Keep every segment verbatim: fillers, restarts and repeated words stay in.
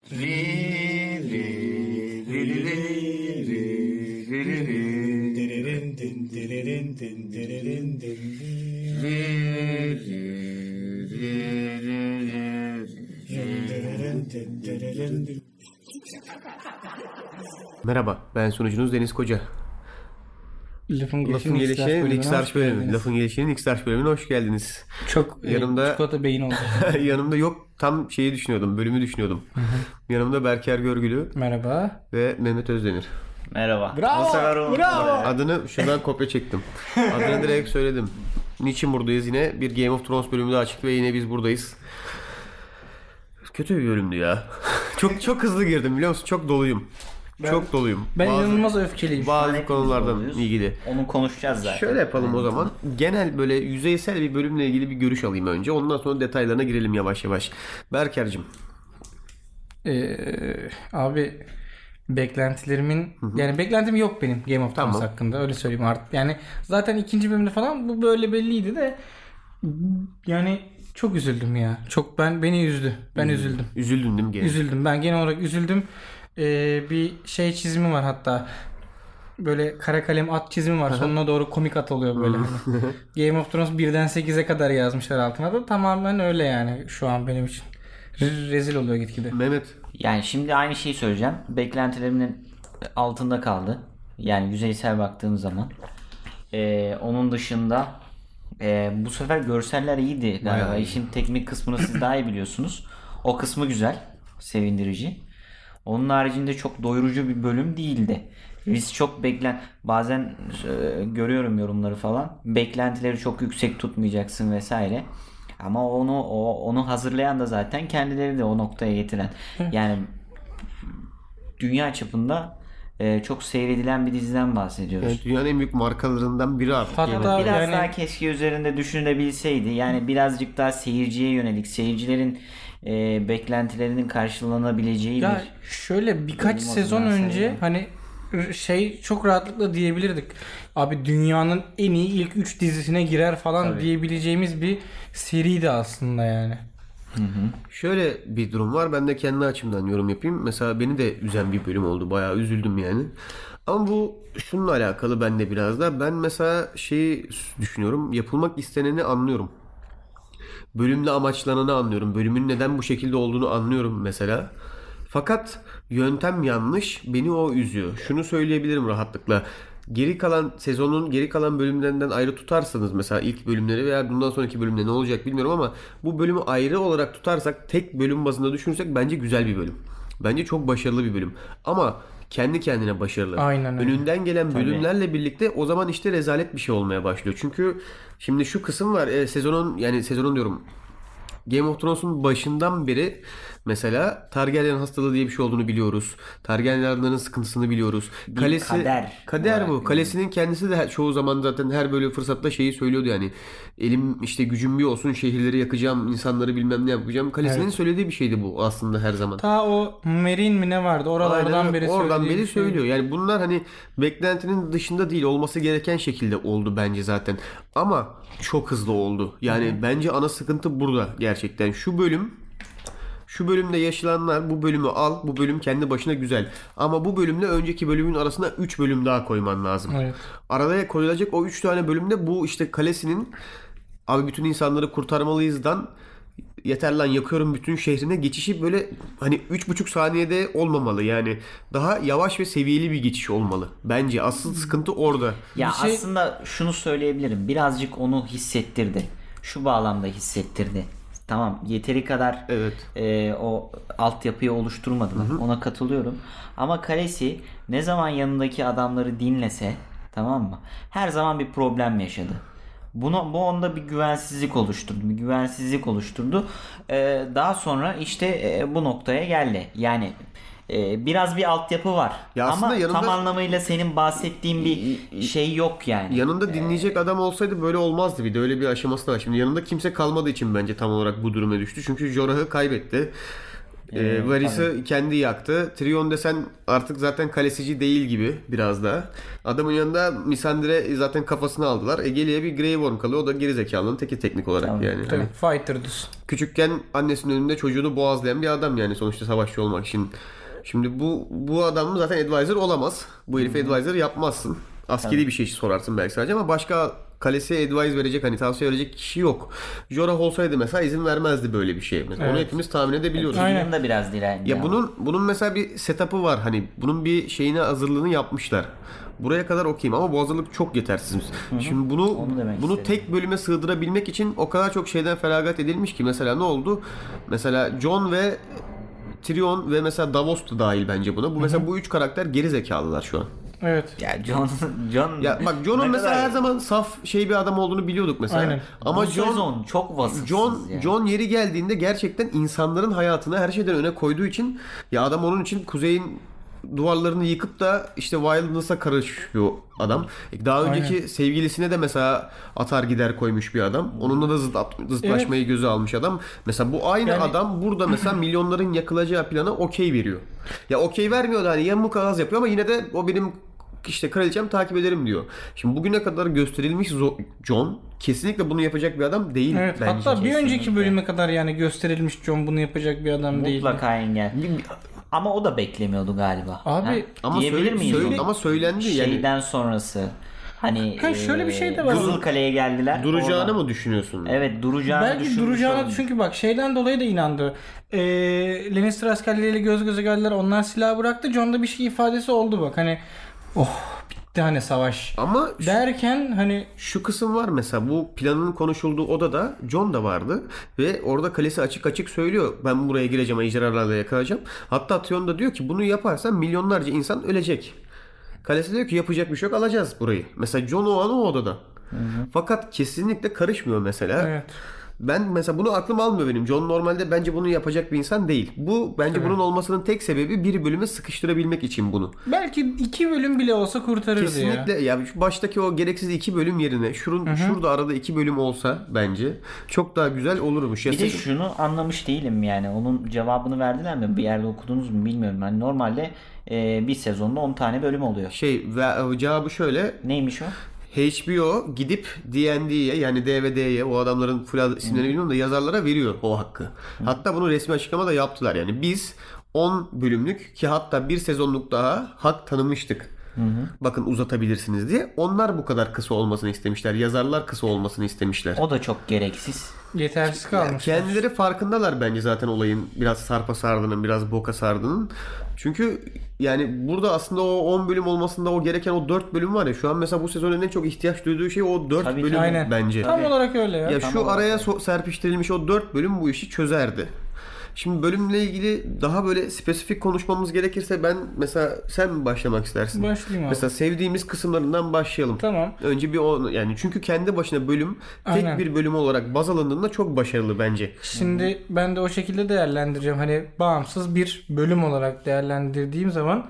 Merhaba, ben sunucunuz Deniz Koca. Lafın Lafın Gelişi'nin X-Arch bölümü. Lafın Gelişi'nin X-Arch bölümüne hoş geldiniz. Çok yanımda, e, çikolata beyin oldu. Yanımda yok, tam şeyi düşünüyordum, bölümü düşünüyordum. Hı hı. Yanımda Berker Görgülü. Merhaba. Ve Mehmet Özdemir. Merhaba. Bravo. Bravo. Adını şuradan kopya çektim. Adını direkt söyledim. Niçin buradayız yine? Bir Game of Thrones bölümü daha açık ve yine biz buradayız. Kötü bir bölümdü ya. çok çok hızlı girdim biliyor musun? Çok doluyum. Ben, çok doluyum. Ben bazı, inanılmaz öfkeliyim. Bazı konulardan ilgili. Onu konuşacağız zaten. Şöyle yapalım o zaman. Genel böyle yüzeysel bir bölümle ilgili bir görüş alayım önce. Ondan sonra detaylarına girelim yavaş yavaş. Berker'cim. Ee, abi beklentilerimin hı hı. yani beklentim yok benim Game of Thrones tamam. hakkında. Öyle söyleyeyim artık. Yani zaten ikinci bölümde falan bu böyle belliydi de yani çok üzüldüm ya. Çok ben beni üzdü. Ben üzüldüm. üzüldüm. Üzüldün değil mi genel? Üzüldüm. Ben genel olarak üzüldüm. Ee, bir şey çizimi var hatta. Böyle kara kalem at çizimi var. Sonuna doğru komik at oluyor böyle. Game of Thrones birden sekize kadar yazmışlar altına da. Tamamen öyle yani şu an benim için. Re- rezil oluyor gitgide. Mehmet. Yani şimdi aynı şeyi söyleyeceğim. Beklentilerimin altında kaldı. Yani yüzeysel baktığım zaman. Ee, onun dışında e, bu sefer görseller iyiydi galiba. Bayağı İşin iyi. Teknik kısmını siz daha iyi biliyorsunuz. O kısmı güzel. Sevindirici. Onun haricinde çok doyurucu bir bölüm değildi. Biz çok beklen bazen e, görüyorum yorumları falan. Beklentileri çok yüksek tutmayacaksın vesaire. Ama onu o, onu hazırlayan da zaten kendileri de o noktaya getiren. Yani dünya çapında e, çok seyredilen bir diziden bahsediyoruz. Evet, dünyanın en büyük markalarından biri artık. Hatta yani. Biraz yani... daha keşke üzerinde düşünülebilseydi. Yani birazcık daha seyirciye yönelik, seyircilerin e, beklentilerinin karşılanabileceği ya bir... Şöyle birkaç sezon önce yani. Hani şey çok rahatlıkla diyebilirdik. Abi dünyanın en iyi ilk üç dizisine girer falan Tabii. diyebileceğimiz bir seriydi aslında yani. Hı hı. Şöyle bir durum var. Ben de kendi açımdan yorum yapayım. Mesela beni de üzen bir bölüm oldu. Bayağı üzüldüm yani. Ama bu şununla alakalı bende biraz da. Ben mesela şeyi düşünüyorum. Yapılmak isteneni anlıyorum. Bölümle amaçlananı anlıyorum. Bölümün neden bu şekilde olduğunu anlıyorum mesela. Fakat yöntem yanlış. Beni o üzüyor. Şunu söyleyebilirim rahatlıkla. Geri kalan sezonun geri kalan bölümlerinden ayrı tutarsanız mesela ilk bölümleri veya bundan sonraki bölümde ne olacak bilmiyorum ama bu bölümü ayrı olarak tutarsak tek bölüm bazında düşünürsek bence güzel bir bölüm. Bence çok başarılı bir bölüm. Ama kendi kendine başarılı. Aynen öyle. Önünden gelen bölümlerle Tabii. birlikte o zaman işte rezalet bir şey olmaya başlıyor. Çünkü şimdi şu kısım var. E, sezonun yani sezonun diyorum Game of Thrones'un başından beri mesela Targaryen hastalığı diye bir şey olduğunu biliyoruz. Targaryenlerin sıkıntısını biliyoruz. Bir Kalesi kader. Kader bu. Kalesinin kendisi de çoğu zaman zaten her böyle fırsatta şeyi söylüyordu yani. Elim işte gücüm bir olsun şehirleri yakacağım, insanları bilmem ne yapacağım. Kalesinin evet. söylediği bir şeydi bu aslında her zaman. Ta o Merin mi ne vardı? Oralardan Aynen, beri oradan beri şey. söylüyor. Yani bunlar hani beklentinin dışında değil, olması gereken şekilde oldu bence zaten. Ama çok hızlı oldu. Yani Hı-hı. bence ana sıkıntı burada gerçekten. Şu bölüm Şu bölümde yaşananlar, bu bölümü al, bu bölüm kendi başına güzel. Ama bu bölümle önceki bölümün arasına üç bölüm daha koyman lazım. Evet. Arada koyulacak o üç tane bölümde bu işte kalesinin abi bütün insanları kurtarmalıyızdan yeter lan yakıyorum bütün şehrine geçişi böyle hani üç buçuk saniyede olmamalı. Yani daha yavaş ve seviyeli bir geçiş olmalı. Bence asıl sıkıntı orada. Ya şey... aslında şunu söyleyebilirim. Birazcık onu hissettirdi. Şu bağlamda hissettirdi. Tamam yeteri kadar evet. e, o altyapıyı oluşturmadılar. Hı hı. Ona katılıyorum. Ama Kalesi ne zaman yanındaki adamları dinlese tamam mı? Her zaman bir problem yaşadı. Bunu, bu onda bir güvensizlik oluşturdu. Bir güvensizlik oluşturdu. Ee, daha sonra işte e, bu noktaya geldi. Yani e, biraz bir altyapı var. Ya ama yanında, tam anlamıyla senin bahsettiğin bir şey yok yani. Yanında dinleyecek ee, adam olsaydı böyle olmazdı bir de öyle bir aşaması da var. Şimdi yanında kimse kalmadığı için bence tam olarak bu duruma düştü. Çünkü Jorah'ı kaybetti. Ee, Varys'ı kendi yaktı. Tyrion desen artık zaten kalesici değil gibi biraz daha. Adamın yanında Missandre zaten kafasını aldılar. E geriye bir Grey Worm kalıyor. O da gerizekalının teki teknik olarak Tamam. yani. Tabii Hani fighter'dır. küçükken annesinin önünde çocuğunu boğazlayan bir adam yani sonuçta savaşçı olmak için. Şimdi bu bu adam zaten advisor olamaz. Bu herife advisor yapmazsın. Askeri Tabii. bir şey sorarsın belki sadece ama başka kalesiye advice verecek hani tavsiye verecek kişi yok. Jorah olsaydı mesela izin vermezdi böyle bir şeye. Mesela Evet. onu hepimiz tahmin edebiliyoruz. Aynen. Tyrion da biraz direndi. Ya ama. bunun bunun mesela bir setup'ı var hani bunun bir şeyine hazırlığını yapmışlar. Buraya kadar okeyim ama bu hazırlık çok yetersiz. Şimdi bunu Onu demek bunu istedim. tek bölüme sığdırabilmek için o kadar çok şeyden feragat edilmiş ki mesela ne oldu? Mesela Jon ve Tyrion ve mesela Davos da dahil bence buna. Bu mesela bu üç karakter geri zekalılar şu an. Evet. Ya Jon Jon Ya bak Jon'un ne mesela kadar- her zaman saf şey bir adam olduğunu biliyorduk mesela. Aynen. Ama Bu Jon sezon çok vasıfsız Jon ya. Jon yeri geldiğinde gerçekten insanların hayatını her şeyden öne koyduğu için ya adam onun için kuzeyin duvarlarını yıkıp da işte Wildness'a karışıyor adam. Daha önceki Aynen. sevgilisine de mesela atar gider koymuş bir adam. Onunla da zıt, zıtlaşmayı göze almış adam. Mesela bu aynı Yani- adam burada mesela milyonların yakılacağı plana okey veriyor. Ya okey vermiyor da hani yamuk ağız yapıyor ama yine de o benim işte kraliçem takip ederim diyor. Şimdi bugüne kadar gösterilmiş Zo- Jon kesinlikle bunu yapacak bir adam değil Evet. bence. Hatta bir önceki kesinlikle. bölüme kadar yani gösterilmiş Jon bunu yapacak bir adam değil. Mutlaka engel. Ama o da beklemiyordu galiba. Abi, Ha? ama Diyebilir söyle- miyiz söyle- onu? ama söylendi yani. Şeyden sonrası. Hani Ha, şöyle bir şey de var. Kızılkale'ye geldiler. Duracağını Oradan- mı düşünüyorsun? Evet, duracağını belki düşünmüş duracağına olabilir. çünkü bak şeyden dolayı da inandı. Ee, Lannister askerleriyle göz göze geldiler. Onlar silah bıraktı. Jon'da bir şey ifadesi oldu bak. Hani oh bitti hani savaş. Ama şu, Derken hani şu kısım var mesela bu planın konuşulduğu odada Jon da vardı ve orada kalesi açık açık söylüyor. Ben buraya gireceğim, ejderhalarla yakalayacağım. Hatta Tion da diyor ki bunu yaparsan milyonlarca insan ölecek. Kalesi diyor ki yapacak bir şey yok alacağız burayı. Mesela Jon o an o odada. Fakat kesinlikle karışmıyor mesela. evet. Ben mesela bunu aklım almıyor benim. Jon normalde bence bunu yapacak bir insan değil. Bu bence bunun olmasının tek sebebi bir bölüme sıkıştırabilmek için bunu. Belki iki bölüm bile olsa kurtarırdı Kesinlikle ya. ya şu baştaki o gereksiz iki bölüm yerine şurun şurada arada iki bölüm olsa bence çok daha güzel olurmuş. Ya Bir de senin- şunu anlamış değilim yani. Onun cevabını verdiler mi? Bir yerde okudunuz mu bilmiyorum. Yani normalde e, bir sezonda on tane bölüm oluyor. şey ve cevabı şöyle Neymiş o? H B O gidip D and D'ye yani D V D'ye o adamların full isimlerini bilmiyorum da yazarlara veriyor o hakkı. Hatta bunu resmi açıklama da yaptılar yani biz on bölümlük ki hatta bir sezonluk daha hak tanımıştık. Bakın uzatabilirsiniz diye. Onlar bu kadar kısa olmasını istemişler. Yazarlar kısa olmasını istemişler. O da çok gereksiz. Yetersiz Ya kalmış. kendileri farkındalar bence zaten olayın biraz sarpa sardığının, biraz boka sardığının. Çünkü yani burada aslında o on bölüm olmasında o gereken o dört bölüm var ya. Şu an mesela bu sezonun en çok ihtiyaç duyduğu şey o dört Tabii, bölüm Aynen. bence. Tam olarak öyle ya. Ya Tam şu olarak araya so- serpiştirilmiş o dört bölüm bu işi çözerdi. Şimdi bölümle ilgili daha böyle spesifik konuşmamız gerekirse ben mesela sen mi başlamak istersin? Başlayayım abi. Mesela sevdiğimiz kısımlarından başlayalım. Tamam. Önce bir o yani çünkü kendi başına bölüm tek Aynen. bir bölüm olarak baz alındığında çok başarılı bence. Şimdi ben de o şekilde değerlendireceğim. Hani bağımsız bir bölüm olarak değerlendirdiğim zaman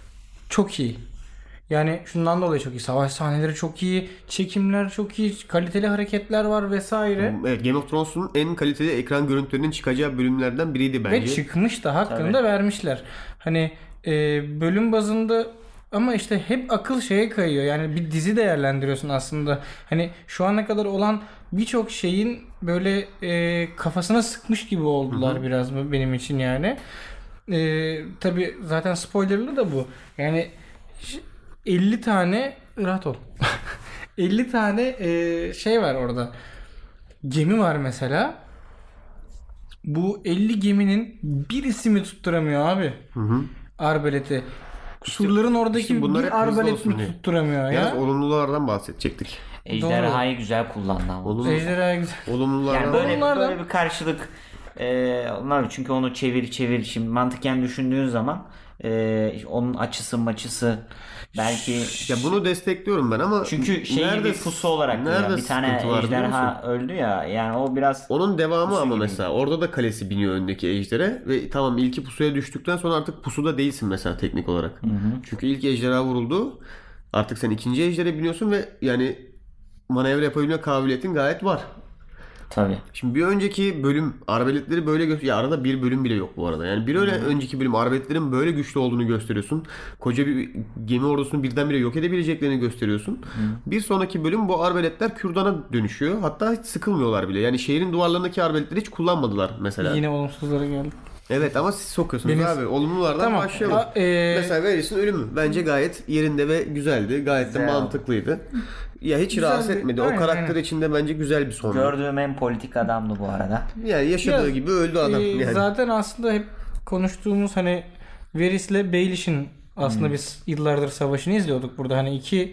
çok iyi. Yani şundan dolayı çok iyi. Savaş sahneleri çok iyi. Çekimler çok iyi. Kaliteli hareketler var vesaire. Evet, Game of Thrones'un en kaliteli ekran görüntülerinin çıkacağı bölümlerden biriydi bence. Ve çıkmış da hakkını da vermişler. Hani e, bölüm bazında ama işte hep akıl şeye kayıyor. Yani bir dizi değerlendiriyorsun aslında. Hani şu ana kadar olan birçok şeyin böyle e, kafasına sıkmış gibi oldular biraz mı benim için yani. E, tabii zaten spoilerlı da bu. Yani ş- elli tane rahat ol. elli tane e, şey var orada. Gemi var mesela. Bu elli geminin birisi mi tutturamıyor abi? Hı hı. Arbaleti. Surların oradaki işte bunlar hep bir hızlı arbalet olsun mi diye. tutturamıyor Biraz ya? olumlulardan bahsedecektik. Ejderhayı güzel kullandı ama. Olumlu, Ejderha güzel. olumlulardan Yani böyle Onlardan- böyle bir karşılık e, onlar çünkü onu çevir çevir şimdi mantıken düşündüğün zaman e, onun açısı maçısı belki ya bunu destekliyorum ben ama çünkü şey nerede- bir pusu olarak nerede ya, bir tane sıkıntı var biliyor ejderha musun? öldü ya yani o biraz Onun devamı Pusu ama gibi. mesela orada da kalesi biniyor öndeki ejdere ve tamam ilki pusuya düştükten sonra artık pusuda değilsin mesela teknik olarak. Çünkü ilk ejderha vuruldu. Artık sen ikinci ejdere biniyorsun ve yani manevra yapabilme kabiliyetin gayet var. Tabii. Şimdi bir önceki bölüm arbeletleri böyle gö- ya arada bir bölüm bile yok bu arada. Yani bir öyle önceki bölüm arbeletlerin böyle güçlü olduğunu gösteriyorsun. Koca bir gemi ordusunu birdenbire yok edebileceklerini gösteriyorsun. Hı. Bir sonraki bölüm bu arbeletler kürdana dönüşüyor. Hatta hiç sıkılmıyorlar bile. Yani şehrin duvarlarındaki arbeletleri hiç kullanmadılar mesela. Yine olumsuzlara geldik. Evet ama siz sokuyorsunuz Deniz... abi. Olumlulardan tamam. başlayalım. A, e... Mesela Varys'in ölümü bence gayet yerinde ve güzeldi. Gayet de Güzel. mantıklıydı. Ya hiç Güzeldi. rahatsız etmedi. Aynen, o karakter aynen. içinde bence güzel bir son. Gördüğüm en politik adamdı bu arada. Yani yaşadığı Ya, gibi öldü adam. e, yani. Zaten aslında hep konuştuğumuz hani Varys'le Baelish'in aslında hmm. biz yıllardır savaşını izliyorduk burada. Hani iki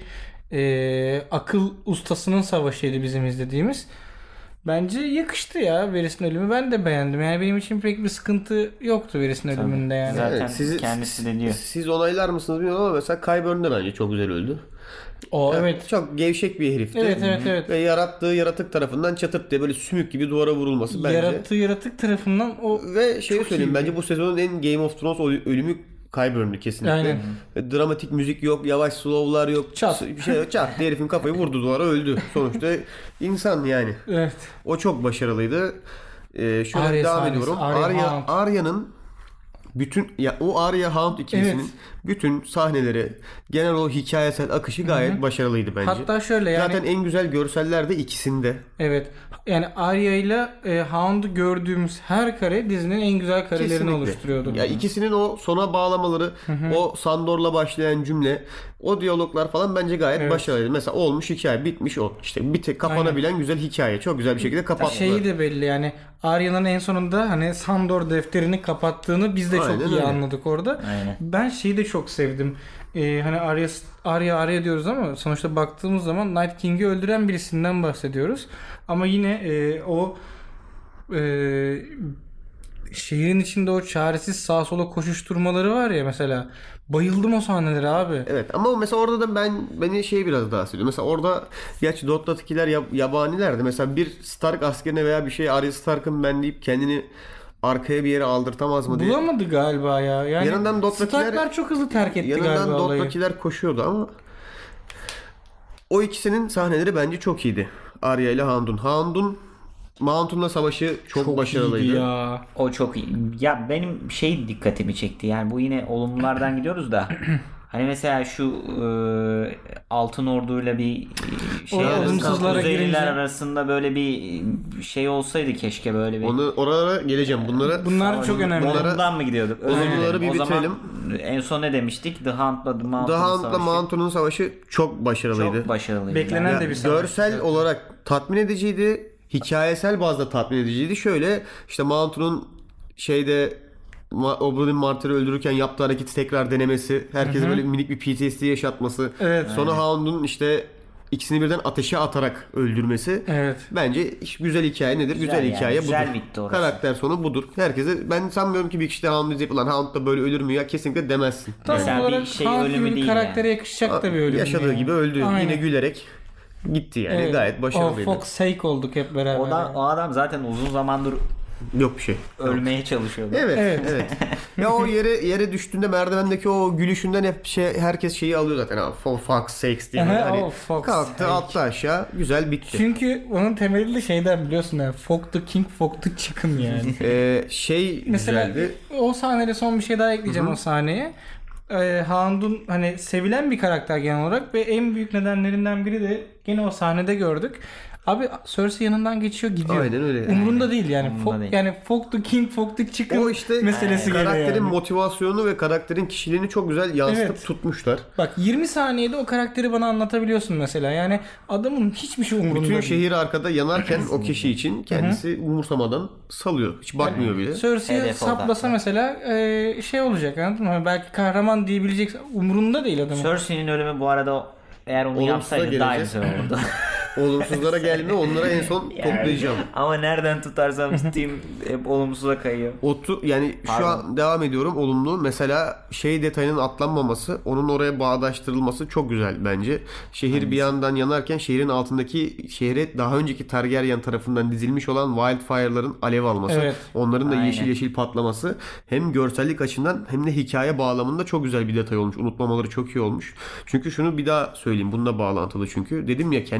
e, akıl ustasının savaşıydı bizim izlediğimiz. Bence yakıştı ya Varys'in ölümü. Ben de beğendim. Yani benim için pek bir sıkıntı yoktu Varys'in ölümünde yani. Zaten Evet, siz, kendisi de diyor. Siz onaylar mısınız bilmiyorum ama mesela Qyburn de bence çok güzel öldü. O yani evet. Çok gevşek bir herifti. Evet evet evet. Ve yarattığı yaratık tarafından çatırt diye böyle sümük gibi duvara vurulması bence. Yarattığı yaratık tarafından o ve şey söyleyeyim iyi. Bence bu sezonun en Game of Thrones ölümü Qyburn'du kesinlikle. Aynen. Dramatik müzik yok, yavaş slow'lar yok. Çat. Bir şey yok. Çat diye herifin kafayı vurdu duvara öldü. Sonuçta insan yani. Evet. O çok başarılıydı. Ee, şöyle Arya devam sahnesi, ediyorum. Arya Arya Hound. Arya'nın bütün ya o Arya Hound ikilisinin Evet. bütün sahneleri, genel o hikayesel akışı gayet Hı-hı. başarılıydı bence. Hatta şöyle yani zaten en güzel görseller de ikisinde. Evet. Yani Arya ile e, Hound'u gördüğümüz her kare dizinin en güzel karelerini Kesinlikle. oluşturuyordu. Ya ikisinin o sona bağlamaları, Hı-hı. o Sandor'la başlayan cümle, o diyaloglar falan bence gayet evet. başarılıydı. Mesela olmuş hikaye, bitmiş o. İşte bir tek kapanabilen güzel hikaye. Çok güzel bir şekilde kapattılar. Şeyi de belli yani Arya'nın en sonunda hani Sandor defterini kapattığını biz de Aynen çok iyi öyle. anladık orada. Aynen. Ben şeyi de çok sevdim. Ee, hani Arya Arya Arya diyoruz ama sonuçta baktığımız zaman Night King'i öldüren birisinden bahsediyoruz. Ama yine e, o e, şehrin içinde o çaresiz sağa sola koşuşturmaları var ya mesela. Bayıldım o sahnelere abi. Evet ama mesela orada da ben beni şey biraz daha seviyor. Mesela orada gerçi Dothrakiler yab- yabanilerdi. Mesela bir Stark askerine veya bir şey Arya Stark'ın ben deyip kendini arkaya bir yere aldırtamaz mı diye. Bulamadı galiba ya. Yani yanından Dothrakiler Starklar çok hızlı terk etti yanından galiba olayı. Dothrakiler koşuyordu ama o ikisinin sahneleri bence çok iyiydi. Arya ile Hound'un. Hound'un Mountain'la savaşı çok, çok başarılıydı. Ya. O çok iyi. Ya benim şey dikkatimi çekti. Yani bu yine olumlulardan gidiyoruz da. Hani mesela şu e, Altın Ordu'yla bir şey olumsuzlara girince arasında böyle bir şey olsaydı keşke böyle bir. Onu oralara geleceğim. Bunlara Bunlar çok önemli. Bunlardan mı gidiyorduk? Olumluları bir o bitirelim. Zaman en son ne demiştik? The Hunt'la The Mountain The Hound'la savaşı. Mountain'ın savaşı çok başarılıydı. Çok başarılıydı. Beklenen yani. de bir savaş. Görsel olarak tatmin ediciydi. Hikayesel bazda tatmin ediciydi. Şöyle işte Mountain'ın şeyde Oberyn Martell'i öldürürken yaptığı hareketi tekrar denemesi, herkese böyle minik bir P T S D yaşatması. Evet. Sonra aynen. Hound'un işte ikisini birden ateşe atarak öldürmesi. Evet. Bence güzel hikaye nedir? Güzel, güzel yani. hikaye güzel budur. Bitti orası. Karakter sonu budur. Herkese ben sanmıyorum ki bir kişi de Hound'u izleyip lan Hound da böyle ölür mü ya kesinlikle demezsin. Tam Mesela olarak bir şey Hound ölümü gibi değil karaktere yani. yakışacak da bir ölüm. Yaşadığı yani. gibi öldü. Aynen. Yine gülerek gitti yani. Evet. Gayet başarılıydı. O Fox Sake olduk hep beraber. O, da, o adam zaten uzun zamandır yok bir şey. ölmeye yok. çalışıyordu. Evet, evet. evet. Ya o yere yere düştüğünde merdivendeki o gülüşünden hep şey herkes şeyi alıyor zaten. Ha, for fuck's sakes diye. Aha, hani o Fox kalktı, sake. attı aşağı, güzel bitti. Çünkü onun temeli de şeyden biliyorsun yani. Fuck the king, fuck the chicken yani. ee, şey Mesela güzeldi. o sahnede son bir şey daha ekleyeceğim Hı-hı. o sahneye. Ee, Hound'un hani sevilen bir karakter genel olarak ve en büyük nedenlerinden biri de gene o sahnede gördük. Abi Cersei yanından geçiyor gidiyor. Aynen öyle. Umurunda değil yani. Umurunda Fo- değil. Yani fuck the king, fuck the chicken O işte meselesi e, karakterin yani. motivasyonu ve karakterin kişiliğini çok güzel yansıtıp Evet. tutmuşlar. Bak yirmi saniyede o karakteri bana anlatabiliyorsun mesela. Yani adamın hiçbir şey umurunda Bütün değil. şehir arkada yanarken o kişi için kendisi umursamadan salıyor. Hiç bakmıyor bile. Cersei'ye Hedef saplasa odaklı. mesela e, şey olacak anladın mı? Belki kahraman diyebilecek umurunda değil adamın. Cersei'nin ölümü bu arada eğer onu Olumsuza yapsaydı daha gelecek. güzel olurdu. Olumsuzlara gelme, onlara en son toplayacağım. Ama nereden tutarsam tutayım hep olumsuza kayıyor. Otu yani şu Pardon. an devam ediyorum olumlu. Mesela şey detayının atlanmaması, onun oraya bağdaştırılması çok güzel bence. Şehir Hangisi? bir yandan yanarken şehrin altındaki şehre daha önceki Targaryen tarafından dizilmiş olan wildfire'ların alev alması, Evet. onların da Aynen. yeşil yeşil patlaması hem görsellik açısından hem de hikaye bağlamında çok güzel bir detay olmuş. Unutmamaları çok iyi olmuş. Çünkü şunu bir daha söyleyeyim. Bununla bağlantılı çünkü. Dedim ya kendi başına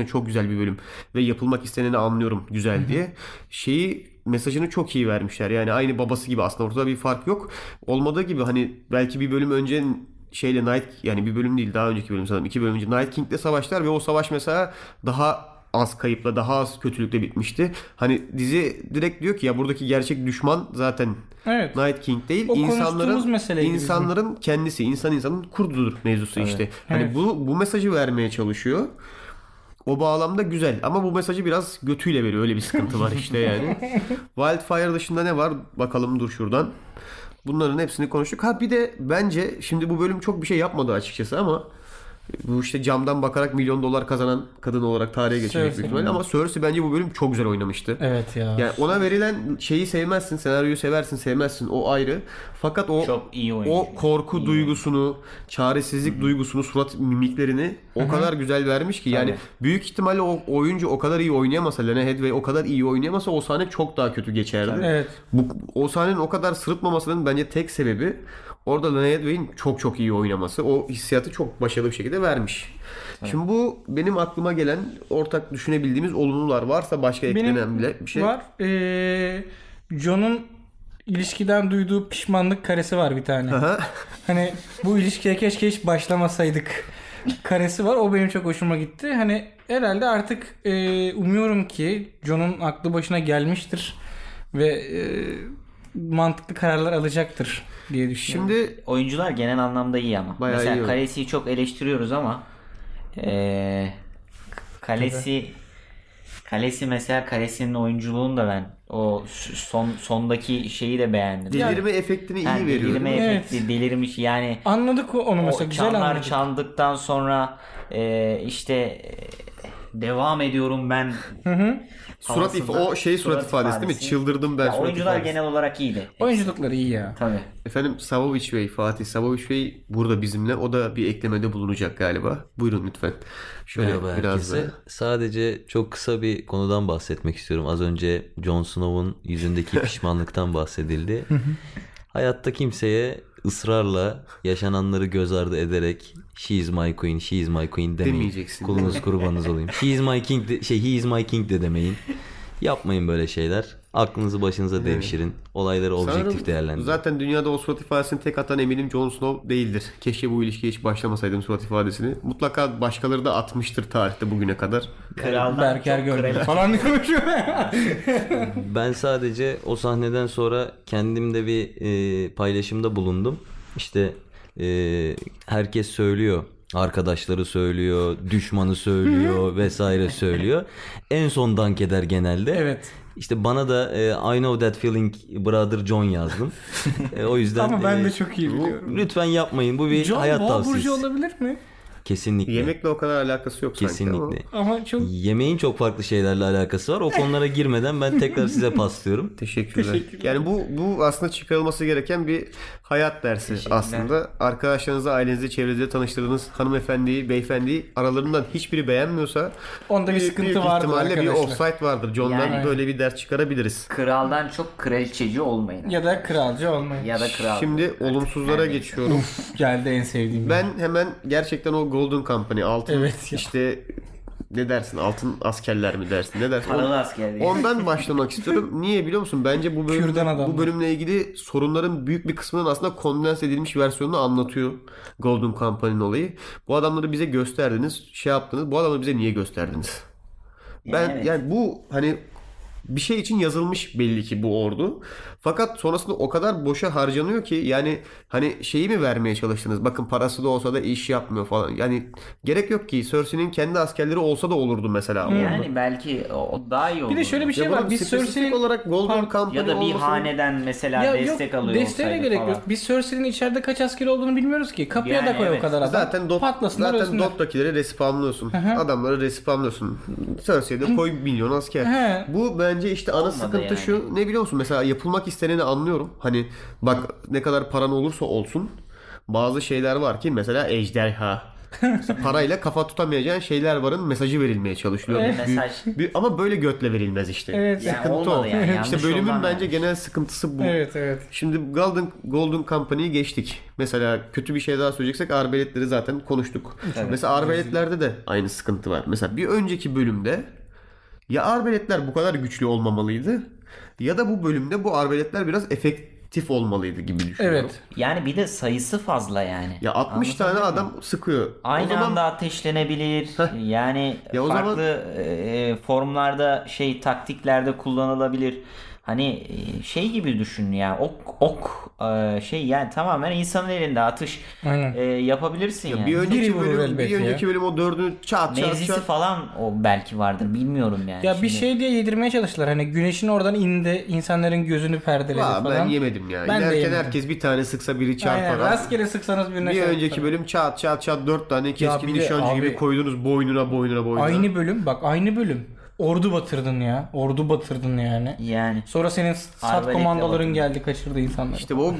çok güzel bir bölüm ve yapılmak isteneni anlıyorum güzel diye. Şeyi mesajını çok iyi vermişler. Yani aynı babası gibi aslında ortada bir fark yok. Olmadığı gibi hani belki bir bölüm önce şeyle Night yani bir bölüm değil daha önceki bölüm sanırım. iki bölüm önce Night King'le savaşlar ve o savaş mesela daha az kayıpla daha az kötülükle bitmişti. Hani dizi direkt diyor ki ya buradaki gerçek düşman zaten Evet. Night King değil. O insanların meseleydi insanların kendisi, insan insanın kurdudur mevzusu işte. Hani Evet. bu bu mesajı vermeye çalışıyor. O bağlamda güzel ama bu mesajı biraz götüyle veriyor. Öyle bir sıkıntı var işte yani. Wildfire dışında ne var? Bakalım dur şuradan. Bunların hepsini konuştuk. Ha bir de bence şimdi bu bölüm çok bir şey yapmadı açıkçası ama bu işte camdan bakarak milyon dolar kazanan kadın olarak tarihe geçecek Cersei. büyük ihtimalle ama Cersei bence bu bölüm çok güzel oynamıştı. Evet ya. Yani ona verilen şeyi sevmezsin, senaryoyu seversin, sevmezsin o ayrı. Fakat o Çok iyi oyuncu. o korku İyi duygusunu, çaresizlik duygusunu, surat mimiklerini o kadar güzel vermiş ki yani Tabii. büyük ihtimalle o oyuncu o kadar iyi oynayamasa, Lena Headey o kadar iyi oynayamasa o sahne çok daha kötü geçerdi. Evet. Bu o sahnenin o kadar sırıtmamasının bence tek sebebi orada Lena Headey'in çok çok iyi oynaması. O hissiyatı çok başarılı bir şekilde vermiş. Şimdi bu benim aklıma gelen ortak düşünebildiğimiz olumlular varsa başka eklenen Benim bile bir şey. var. Ee, Jon'un ilişkiden duyduğu pişmanlık karesi var bir tane. Aha. Hani bu ilişkiye keşke hiç başlamasaydık karesi var. O benim çok hoşuma gitti. Hani herhalde artık e, umuyorum ki Jon'un aklı başına gelmiştir ve e, mantıklı kararlar alacaktır diye düşünüyorum. Şimdi Oyuncular genel anlamda iyi ama. Bayağı Mesela iyi. Khaleesi'yi çok eleştiriyoruz ama eee Khaleesi Khaleesi mesela Khaleesi'nin oyunculuğunu da ben o son sondaki şeyi de beğendim. delirme efektini iyi Yani veriyor. delirme değil mi? Evet. efekti, delirmiş yani. Anladık onu mesela O güzel çanlar anladık. çaldıktan sonra eee, işte eee, devam ediyorum ben. Hı hı. Surat if o şey surat, ifadesi değil mi? Çıldırdım ben Ya surat oyuncular ifadesi. genel olarak iyiydi. Oyunculukları iyi ya. Tabii. Efendim Savovich Bey, Fatih Savovich Bey burada bizimle. O da bir eklemede bulunacak galiba. Buyurun lütfen. Şöyle Merhaba biraz herkese. da. Sadece çok kısa bir konudan bahsetmek istiyorum. Az önce Jon Snow'un yüzündeki pişmanlıktan bahsedildi. Hayatta kimseye ısrarla yaşananları göz ardı ederek she is my queen, she is my queen demeyin. Demeyeceksin. Kulunuz kurbanınız olayım. She is my king de, şey he is my king de demeyin. Yapmayın böyle şeyler. Aklınızı başınıza devşirin. Olayları objektif Sanırım değerlendirin. zaten dünyada o surat ifadesini tek atan eminim Jon Snow değildir. Keşke bu ilişkiye hiç başlamasaydım surat ifadesini. Mutlaka başkaları da atmıştır tarihte bugüne kadar. Kraldan Berker çok görmedi kraliçe. falan diye konuşuyor. Ben sadece o sahneden sonra kendimde bir e, paylaşımda bulundum. İşte e, herkes söylüyor. Arkadaşları söylüyor, düşmanı söylüyor vesaire söylüyor. En son dank eder genelde. Evet. İşte bana da e, I know that feeling brother John yazdım. E, o yüzden Ama ben e, de çok iyi biliyorum. lütfen yapmayın. Bu bir John hayat Boğa tavsiyesi. Burcu olabilir mi? Kesinlikle. Yemekle o kadar alakası yok sanki Kesinlikle. ama. Ama çok Yemeğin çok farklı şeylerle alakası var. O konulara girmeden ben tekrar size paslıyorum. Teşekkürler. Teşekkürler. Yani bu bu aslında çıkarılması gereken bir hayat dersi aslında. Arkadaşlarınızla, ailenizle, çevrenizde tanıştırdığınız hanımefendiyi, beyefendiyi aralarından hiçbiri beğenmiyorsa onda bir sıkıntı vardır ihtimalle bir arkadaşlar. offside vardır. John'dan Yani- böyle bir ders çıkarabiliriz. Kraldan çok kraliçeci olmayın. Ya da kralcı olmayın. Ya da kral. Şimdi olumsuzlara Neredeyse. geçiyorum. Geldi en sevdiğim. Ben hemen gerçekten o Golden Company altın Evet ya. işte ne dersin altın askerler mi dersin ne dersin? Paralı asker değil. Ondan başlamak istiyorum. Niye biliyor musun? Bence bu bölüm, Kürdan adamlar. bu bölümle ilgili sorunların büyük bir kısmının aslında kondens edilmiş versiyonunu anlatıyor Golden Company'nin olayı. Bu adamları bize gösterdiniz, şey yaptınız. Bu adamları bize niye gösterdiniz? Ben Evet. yani bu hani bir şey için yazılmış belli ki bu ordu. Fakat sonrasında o kadar boşa harcanıyor ki yani hani şeyi mi vermeye çalıştınız? Bakın parası da olsa da iş yapmıyor falan. Yani gerek yok ki Cersei'nin kendi askerleri olsa da olurdu mesela. orada. Yani belki o daha iyi olur. Bir de şöyle bir şey Ya var. bunun Biz spesifik Cersei'nin olarak Golden Company ya da bir olması- haneden mesela ya destek yok, alıyor desteğe de olsaydı gerek falan. yok. Biz Cersei'nin içeride kaç askeri olduğunu bilmiyoruz ki. Kapıya Yani da koy evet. o kadar adam. Zaten dot, Patlasınlar zaten ölsünler. dot'takileri respawnlıyorsun. Adamları respawnlıyorsun. Cersei'ye de koy milyon asker. He. Bu bence işte ana Olmadı sıkıntı yani. şu. Ne biliyor musun? Mesela yapılmak isteneni anlıyorum. Hani bak ne kadar paran olursa olsun bazı şeyler var ki mesela ejderha. Mesela parayla kafa tutamayacağın şeyler varın mesajı verilmeye çalışılıyor. Evet. Büyük- Mesaj. büyük- ama böyle götle verilmez işte. Evet. Yani Sıkıntı olmadı o. yani, yanlış İşte bölümün yoldan bence vermiş. genel sıkıntısı bu. Evet evet. Şimdi Golden, Golden Company'yi geçtik. Mesela kötü bir şey daha söyleyeceksek arbaletleri zaten konuştuk. Mesela arbaletlerde de aynı sıkıntı var. Mesela bir önceki bölümde ya arbaletler bu kadar güçlü olmamalıydı ya da bu bölümde bu arbaletler biraz efektif olmalıydı gibi düşünüyorum. Evet. Yani bir de sayısı fazla yani. Ya altmış tane Anlatabiliyor muyum? adam sıkıyor. Aynı o zaman anda ateşlenebilir. Yani Ya o farklı zaman- e, formlarda şey taktiklerde kullanılabilir. Hani e, şey gibi düşün ya. Ok ok e, şey yani tamamen insanın elinde atış Aynen. e, yapabilirsin ya yani. bir önceki Biri vurur bölüm, elbet bir önceki ya. bölüm o dördünü çat çat Mevzisi çat. falan o belki vardır bilmiyorum yani. Ya bir Şimdi- şey diye yedirmeye çalıştılar. Hani güneşin oradan indi, insanların gözünü perdeledi Aa, falan. ben yemedim ya. Ben de İlerken yemedim. herkes bir tane sıksa biri çarpar. Aynen. Rastgele sıksanız birine Bir şey önceki yaparım. bölüm çat çat çat dört tane keskin bir de nişancı gibi abi- koydunuz boynuna boynuna boynuna. Aynı bölüm bak aynı bölüm. Ordu batırdın ya. Ordu batırdın yani. Yani Sonra senin sat Arbaletle komandoların batırdın. geldi kaçırdı insanları. İşte o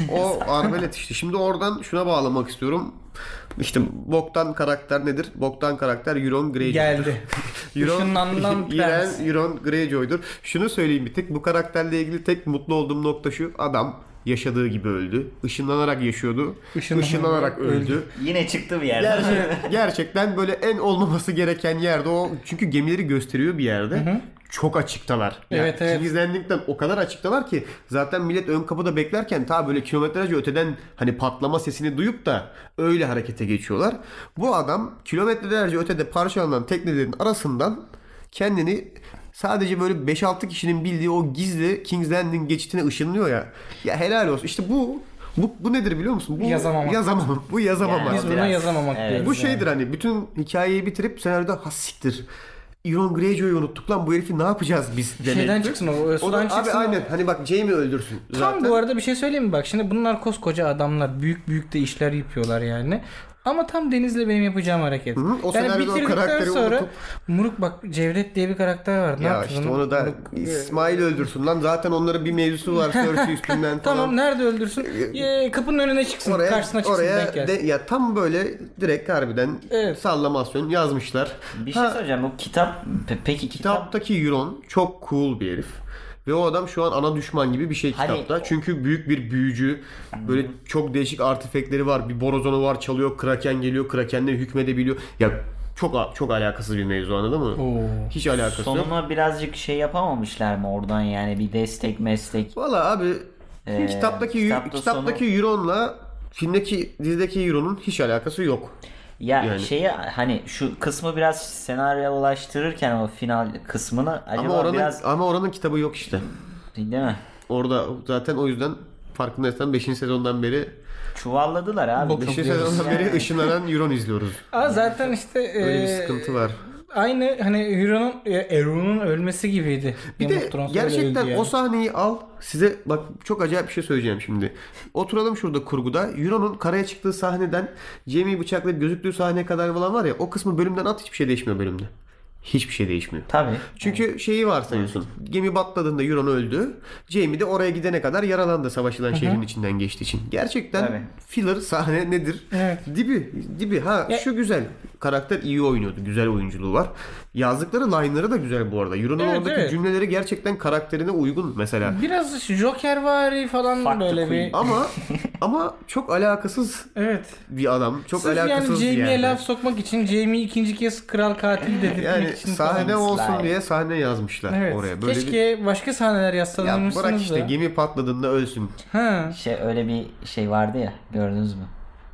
o arbelet işte. Şimdi oradan şuna bağlamak istiyorum. İşte boktan karakter nedir? Boktan karakter Euron Greyjoy. geldi. Işınlanan prens. İren Euron Greyjoy'dur. Şunu söyleyeyim bir tek. Bu karakterle ilgili tek mutlu olduğum nokta şu. Adam yaşadığı gibi öldü. Işınlanarak yaşıyordu. Işınlanarak Işınlanarak öldü. öldü. yine çıktı bir yerden. Gerçekten, gerçekten böyle en olmaması gereken yerde o. Çünkü gemileri gösteriyor bir yerde. Çok açıktalar. Yani Evet, evet. King's Landing'den o kadar açıktalar ki zaten millet ön kapıda beklerken ta böyle kilometrelerce öteden hani patlama sesini duyup da öyle harekete geçiyorlar. Bu adam kilometrelerce ötede parçalanan teknelerin arasından kendini sadece böyle beş altı kişinin bildiği o gizli King's Landing geçitine ışınlıyor ya. Ya helal olsun. İşte bu bu, bu nedir biliyor musun? Bu Yazamamak. Yazamamak. Bu yazamamak. Yani Biz buna biraz- yazamamak evet. diyoruz. Bu yani. şeydir hani bütün hikayeyi bitirip senaryoda ha siktir. Euron Greyjoy'u unuttuk lan bu herifi ne yapacağız biz demektir. Şeyden çıksın o, O da- sudan çıksın. Abi o. aynen hani bak Jaime öldürsün Tam zaten. bu arada bir şey söyleyeyim mi? Bak şimdi bunlar koskoca adamlar. Büyük büyük de işler yapıyorlar yani. Ama tam Deniz'le benim yapacağım hareket. Hı, o senaryoda o bitirdikten karakteri sonra unutup- Muruk bak Cevdet diye bir karakter var. Ne Ya yapacağız işte onu? onu da Muruk- İsmail öldürsün lan zaten onların bir mevzusu var Cersei üstünden falan. Tamam nerede öldürsün? Ye, kapının önüne çıksın. Oraya, karşısına çıksın. denk oraya gelsin. de, ya tam böyle direkt harbiden Evet. sallamasyon yazmışlar. Bir şey Ha, söyleyeceğim. Bu kitap pe- peki kitap Kitaptaki Euron çok cool bir herif. Ve o adam şu an ana düşman gibi bir şey Hani- kitapta. Çünkü büyük bir büyücü. Böyle çok değişik artifekleri var. Bir borozonu var çalıyor. Kraken geliyor. Krakenle hükmedebiliyor. Ya çok çok alakasız bir mevzu anladın mı? Oo. Hiç alakası yok. sonuna birazcık şey yapamamışlar mı oradan yani bir destek meslek. Valla abi Ee, kitaptaki kitapta kitaptaki Euron'la filmdeki dizideki Euron'un hiç alakası yok. Ya Yani. şeye hani şu kısmı biraz senaryolaştırırken o final kısmını acaba Ama oranın biraz ama oranın kitabı yok işte. değil mi? Orada zaten o yüzden farkındaysan beşinci sezondan beri Çuvalladılar abi. Bok- beşinci diyoruz. sezondan beri ışınlanan Euron izliyoruz. Aa, zaten işte Öyle bir e, sıkıntı var. Aynı hani Euron'un Euron'un ölmesi gibiydi. Bir Game de of Thrones öyle gerçekten öldü yani. o sahneyi al. Size bak çok acayip bir şey söyleyeceğim şimdi. Oturalım şurada kurguda. Euron'un karaya çıktığı sahneden Jaime'yi bıçaklayıp gözüktüğü sahneye kadar falan var ya o kısmı bölümden at hiçbir şey değişmiyor bölümde. Hiçbir şey değişmiyor. Tabii. Çünkü şeyi varsayıyorsun. Gemi batladığında Euron öldü. Jaime de oraya gidene kadar yaralandı savaşılan şehrin içinden geçtiği için. Gerçekten Tabii. filler sahne nedir? Evet. Dibi. Dibi. Ha Ya- şu güzel. Karakter iyi oynuyordu. Güzel oyunculuğu var. Yazdıkları line'ları da güzel bu arada. Euron'un Evet, oradaki evet. cümleleri gerçekten karakterine uygun mesela. Biraz Jokervari falan Fuck the böyle Queen. bir. Ama ama çok alakasız Evet. bir adam. Çok Sırf yani alakasız bir Jaime'ye yerde. laf sokmak için Jaime'yi ikinci kez kral katil dedirtmek Yani için sahne falan. olsun Slide. diye sahne yazmışlar Evet. oraya. Böyle Keşke başka sahneler bir... yazsalarmışsınız Ya bırak işte da. gemi patladığında ölsün. Ha. Şey öyle bir şey vardı ya gördünüz mü?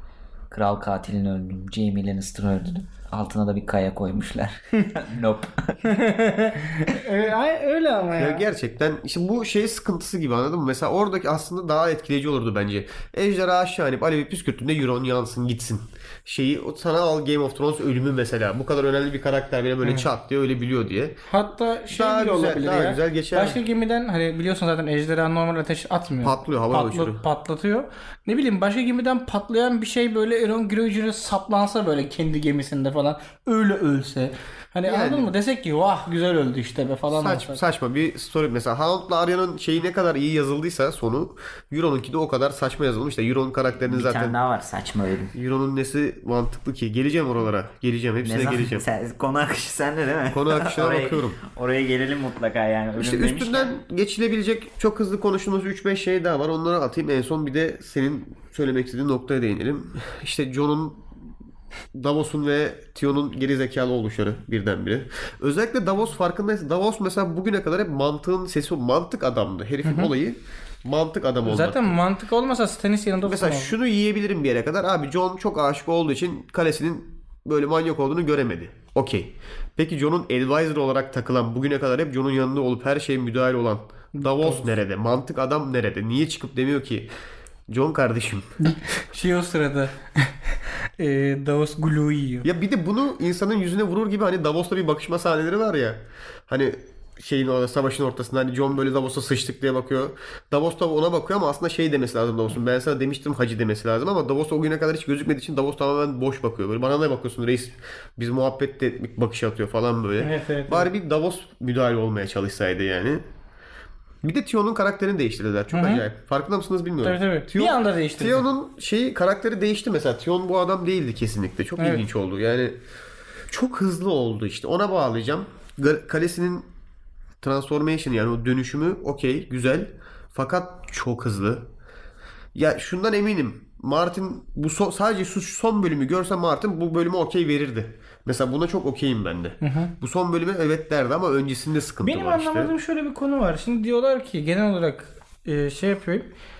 Kral katilini öldürdüm. Jaime Lannister'ı öldürdüm. Altına da bir kaya koymuşlar. Nope. Öyle, ay- öyle ama ya. Ya gerçekten işte bu şey sıkıntısı gibi anladın mı? Mesela oradaki aslında daha etkileyici olurdu bence. Ejderha aşağı inip alevi püskürttüğünde Euron yansın gitsin. Şeyi o sana al Game of Thrones ölümü mesela. Bu kadar önemli bir karakter bile böyle çat diye öyle biliyor diye. Hatta şey Daha bile güzel- olabilir daha ya. güzel geçer. Başka gemiden hani biliyorsun zaten ejderha normal ateş atmıyor. Patlıyor, hava Patla- uçuruyor. Patlatıyor. Ne bileyim başka gemiden patlayan bir şey böyle Euron Greyjoy'a saplansa böyle kendi gemisinde falan falan öyle ölse. Hani Yani- anladın mı? Desek ki vah güzel öldü işte be falan. Saç, olsa. saçma bir story. Mesela Hound'la Arya'nın şeyi ne kadar iyi yazıldıysa sonu, Euron'unki de o kadar saçma yazılmış da Euron'un karakterinin Bir zaten tane daha var saçma ölüm. Euron'un nesi mantıklı ki? Geleceğim oralara. Geleceğim. Hepsine Ne zaman? geleceğim. Sen, konu akışı sende değil mi? Konu akışına Oraya- bakıyorum. Oraya gelelim mutlaka yani. Ölüm İşte demişken. üstünden geçilebilecek çok hızlı konuştuğumuz üç beş şey daha var. Onları atayım. En son bir de senin söylemek istediğin noktaya değinelim. İşte Jon'un, Davos'un ve Theon'un geri zekalı oluşları birdenbire. Özellikle Davos farkındaysa, Davos mesela bugüne kadar hep mantığın sesi, mantık adamdı. Herifin olayı mantık adam olmak. Zaten mantık olmasa Stannis yanında Mesela tutamaz. şunu yiyebilirim bir yere kadar. Abi Jon çok aşık olduğu için kalesinin böyle manyak olduğunu göremedi. Okey. Peki Jon'un advisor olarak takılan, bugüne kadar hep Jon'un yanında olup her şeye müdahil olan Davos nerede? Mantık adam nerede? Niye çıkıp demiyor ki Jon kardeşim? Şey o sırada e, Davos Glu'yu yiyor. Ya bir de bunu insanın yüzüne vurur gibi hani Davos'ta bir bakışma sahneleri var ya. Hani şeyin orada, savaşın ortasında hani Jon böyle Davos'a sıçtık diye bakıyor. Davos da ona bakıyor ama aslında şey demesi lazım Davos'un. Ben sana demiştim hacı demesi lazım ama Davos o güne kadar hiç gözükmediği için Davos tamamen boş bakıyor. Böyle bana ne bakıyorsun reis? Biz muhabbet de etmek bakış atıyor falan böyle. Evet, evet, Bari bir Davos müdahale olmaya çalışsaydı yani. Bir de Theon'un karakterini değiştirdiler. Çok acayip. Farkında mısınız bilmiyorum. Tabii tabii. Theon- Bir anda değiştirdi. Theon'un şeyi, karakteri değişti mesela. Theon bu adam değildi kesinlikle. Çok Evet. ilginç oldu. Yani çok hızlı oldu işte. Ona bağlayacağım. Ga- Kalesinin transformation yani o dönüşümü okey güzel. Fakat çok hızlı. Ya şundan eminim. Martin bu so- sadece şu son bölümü görse Martin bu bölümü okey verirdi. Mesela buna çok okeyim ben de. Bu son bölüme evet derdi ama öncesinde sıkıntı Benim var işte. anlamadığım şöyle bir konu var. Şimdi diyorlar ki genel olarak e, şey yapıyor.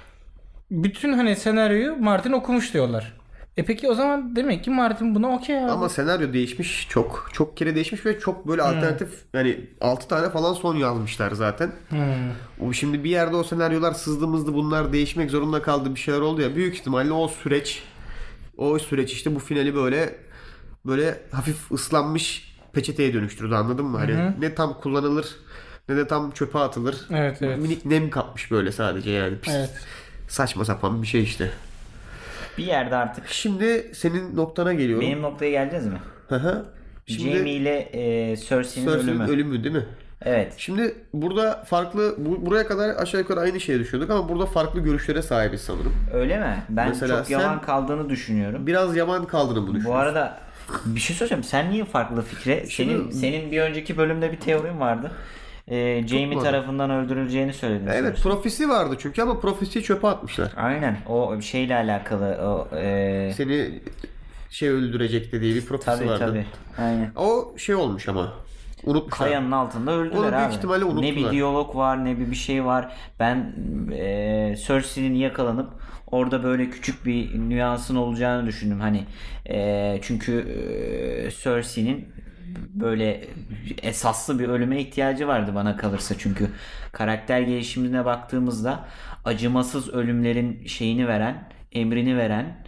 Bütün hani senaryoyu Martin okumuş diyorlar. E peki o zaman demek ki Martin buna okey abi. Ama senaryo değişmiş çok. Çok kere değişmiş ve çok böyle alternatif yani altı tane falan son yazmışlar zaten. O şimdi bir yerde o senaryolar sızdı mızdı bunlar değişmek zorunda kaldı bir şeyler oldu ya. Büyük ihtimalle o süreç o süreç işte bu finali böyle böyle hafif ıslanmış peçeteye dönüştürdü anladın mı? Hani ne tam kullanılır ne de tam çöpe atılır. Evet, evet. Minik nem kapmış böyle sadece yani. Pis, Evet. saçma sapan bir şey işte. Bir yerde artık Şimdi senin noktana geliyorum. benim noktaya geleceğiz mi? Hı hı. Şimdi Jaime ile e, Cersei'nin Cersei'nin ölümü. ölümü değil mi? Evet. Şimdi burada farklı bu, buraya kadar aşağı yukarı aynı şeye düşüyorduk ama burada farklı görüşlere sahibiz sanırım. Öyle mi? Ben Mesela çok yalan sen- kaldığını düşünüyorum. Biraz yaman kaldığını bunu Bu düşünüyorum. arada bir şey söyleyeceğim. Sen niye farklı fikre? Senin Şimdi- senin bir önceki bölümde bir teorin vardı. Ee, Jaime Tutmadı. tarafından öldürüleceğini söyledin. Evet Cersei. profesi vardı çünkü ama profesiyi çöpe atmışlar. Aynen. O şeyle alakalı. O, e, Seni şey öldürecek dediği bir profesi tabii vardı. tabii. Aynen. O şey olmuş ama. Unutmuşlar. Kayanın altında öldüler Onu büyük abi. ihtimalle unuttular. Ne bir diyalog var ne bir bir şey var. Ben e, Cersei'nin yakalanıp orada böyle küçük bir nüansın olacağını düşündüm. Hani e, çünkü e, Cersei'nin böyle esaslı bir ölüme ihtiyacı vardı bana kalırsa. Çünkü karakter gelişimine baktığımızda acımasız ölümlerin şeyini veren, emrini veren,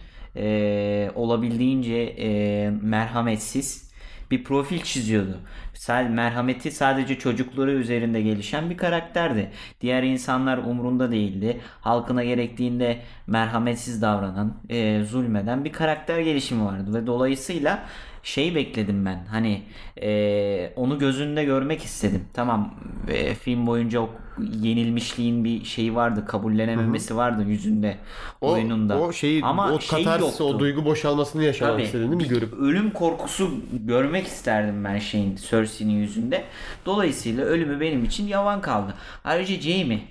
e, olabildiğince e, merhametsiz bir profil çiziyordu. Sadece merhameti sadece çocukları üzerinde gelişen bir karakterdi. Diğer insanlar umrunda değildi. Halkına gerektiğinde merhametsiz davranan, e, zulmeden bir karakter gelişimi vardı ve dolayısıyla şey bekledim ben. Hani e, onu gözünde görmek istedim. Tamam e, film boyunca o yenilmişliğin bir şeyi vardı, kabullenememesi vardı yüzünde, O, oyununda. o şeyi, Ama o şey katarsis, yoktu. o duygu boşalmasını yaşamak Tabii. istedin değil mi görüp? Ölüm korkusu görmek isterdim ben şeyin, Cersei'nin yüzünde. Dolayısıyla ölümü benim için yavan kaldı. Ayrıca Jaime.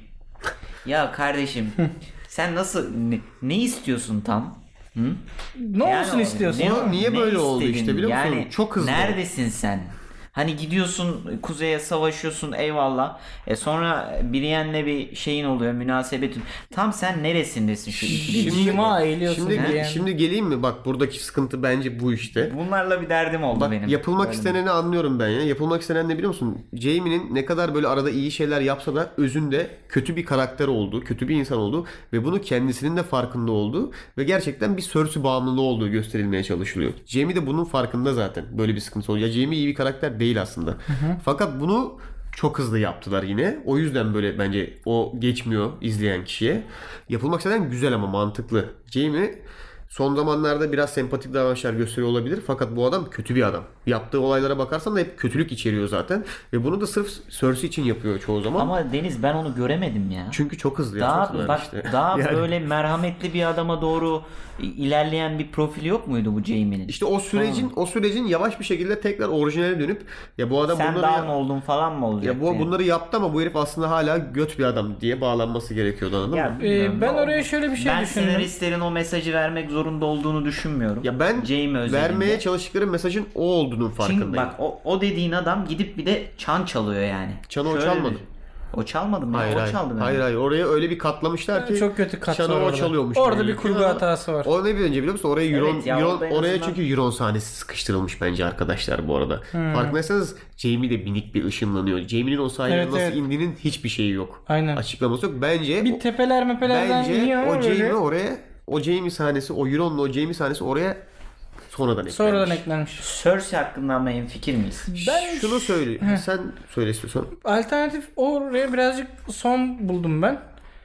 Ya kardeşim sen nasıl ne, ne istiyorsun tam? Hı? Ne Yani olsun o- istiyorsun? ne- Ama niye ne böyle oldu istedin? işte biliyor musun? Yani Çok hızlı. Neredesin sen? Hani gidiyorsun kuzeye savaşıyorsun eyvallah. E sonra Brienne'le bir şeyin oluyor münasebetin. Tam sen neresindesin şu ikili? Cima eğiliyorsun. Şimdi, diye. şimdi geleyim mi? Bak buradaki sıkıntı bence bu işte. Bunlarla bir derdim oldu Bak benim. yapılmak Böyle. isteneni anlıyorum ben ya. Yapılmak istenen ne biliyor musun? Jaime'nin ne kadar böyle arada iyi şeyler yapsa da özünde kötü bir karakter oldu, kötü bir insan oldu ve bunu kendisinin de farkında oldu ve gerçekten bir Cersei bağımlılığı olduğu gösterilmeye çalışılıyor. Jaime de bunun farkında zaten. Böyle bir sıkıntı oluyor. Ya Jaime iyi bir karakter değil aslında. Fakat bunu çok hızlı yaptılar yine. O yüzden böyle bence o geçmiyor izleyen kişiye. Yapılmak istenen güzel ama mantıklı. Jaime son zamanlarda biraz sempatik davranışlar gösteriyor olabilir. Fakat bu adam kötü bir adam. Yaptığı olaylara bakarsan da hep kötülük içeriyor zaten. Ve bunu da sırf Cersei için yapıyor çoğu zaman. Ama Deniz ben onu göremedim ya. Çünkü çok hızlı. Daha ya, bak işte. daha Yani böyle merhametli bir adama doğru ilerleyen bir profili yok muydu bu Jaime'nin? İşte o sürecin o sürecin yavaş bir şekilde tekrar orijinale dönüp ya bu adam Sen bunları down oldun falan mı olacak? ya bu bunları yaptı ama bu herif aslında hala göt bir adam diye bağlanması gerekiyordu, anladın Ya, mı? Ee, ben oraya şöyle bir şey ben düşündüm. senaristlerin o mesajı vermek zorunda olduğunu düşünmüyorum. Ya ben Jaime özelinde. vermeye çalıştıkları mesajın o olduğunun farkındayım. Çünkü bak o, o dediğin adam gidip bir de çan çalıyor yani. Çanı o Şöyle çalmadı. bir- O çalmadı mı? Hayır o hayır. çaldı bence. Hayır hayır. Oraya öyle bir katlamışlar ki Çok kötü kat çanı var o orada. çalıyormuş. Orada gibi bir kurgu gözüküyor ama hatası var. O ne önce biliyor musun? Oraya Euron, Evet ya, Euron- orada en oraya azından- çünkü Euron sahnesi sıkıştırılmış bence arkadaşlar bu arada. Hmm. Farkındaysanız Jaime de minik bir ışınlanıyor. Jaime'nin o sahneye Evet, nasıl evet. indiğinin hiçbir şeyi yok. Aynen. Açıklaması yok. Bence Bir tepeler mepelerden bence iniyor ama o Jaime böyle oraya o Jaime sahnesi, o Euron'la o Jaime sahnesi oraya sonradan eklenmiş. sonradan eklenmiş. Cersei hakkında ama hemfikir miyiz? Ben Şunu söyle. Sen söyle istiyorsan. alternatif oraya birazcık son buldum ben.